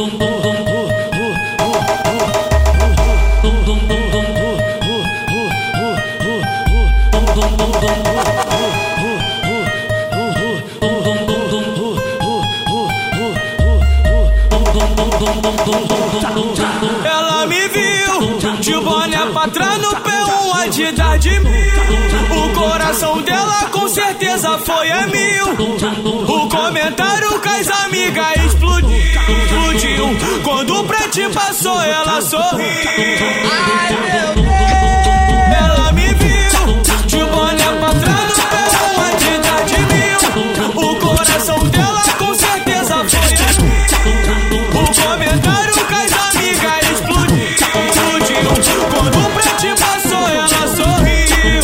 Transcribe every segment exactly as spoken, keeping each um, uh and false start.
Ela me viu de boné pra trás no P um, a de dar de mil. O coração dela com certeza foi a mil. O comentário com as amigas explodiu, explodiu. Quando o pretinho passou, ela sorriu. Ai, meu Deus. Ela me viu de boné pra trás no P um, a de dar de mil. O coração dela com certeza foi a mil. O comentário com as amigas explodiu, explodiu. Quando o pretinho passou, ela sorriu.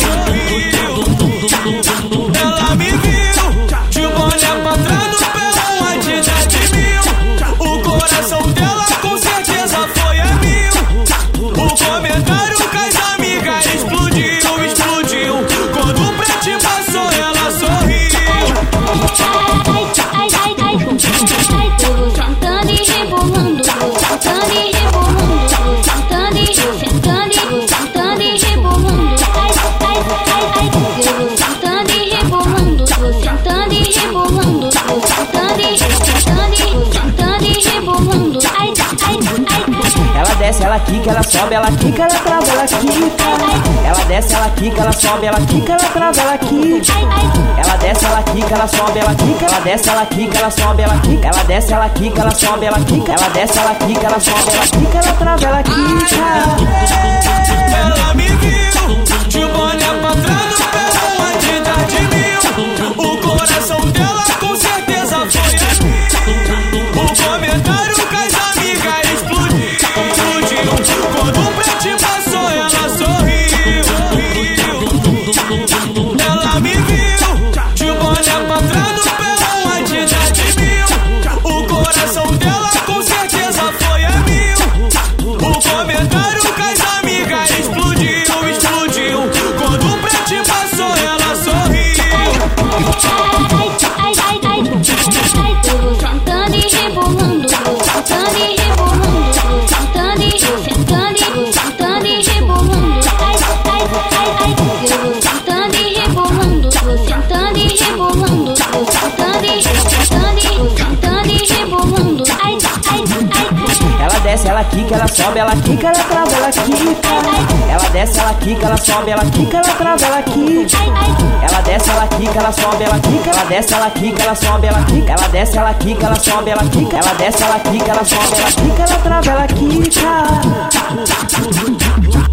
Ela me viu de boné pra trás no P um, a de dar de mil. O coração dela com certeza foi a mil. O comentário com as amigas explodiu, explodiu. Quando o pretinho passou, ela sorriu. Ai, ai, ai, ai, tô sentando e rebolando, sentando e rebolando, sentando e sentando, sentando e rebolando. Ai, ai, ai, ai, tô sentando e rebolando, sentando e rebolando, sentando e sentando, sentando e rebolando. Ai, ai, ai. Ela desce, ela quica, ela sobe, ela quica, ela trava, ela quica. Ela desce, ela quica, ela sobe, ela quica, ela trava, ela quica. Ela desce, ela quica, ela sobe, ela quica. Ela desce, ela quica, ela sobe, ela quica. Ela desce, ela quica, ela sobe, ela quica. Ela desce, ela quica, ela sobe, ela quica, ela trava, ela quica. Ela me viu de boné pra trás no P um, a de dar de mil. O coração dela com certeza foi a mil. O comentário com as amigas explodiu, explodiu. Quando o pretinho passou, ela sorriu. Ela me viu de boné pra trás no P um, a de dar de mil. O coração dela com certeza foi a mil. O comentário com as amigas explodiu, explodiu. Quando o pretinho passou, ela sorriu. Ai, ai, ai, ai, tô sentando e rebolando, sentando e rebolando, sentando e sentando, sentando e rebolando. Ai, ai, ai, ai, tô sentando e rebolando, sentando e rebolando, sentando e sentando, sentando e rebolando. Ai, ai, ai. Ela desce, ela quica, ela sobe, ela quica, ela trava, ela quica. Ela desce, ela quica, ela sobe, ela quica, ela trava, ela quica. Ela desce, ela quica, ela sobe, ela quica. Ela desce, ela quica, ela sobe, ela quica. Ela desce, ela quica, ela sobe, ela quica. Ela desce, ela quica, ela sobe, ela quica, ela trava, ela quica.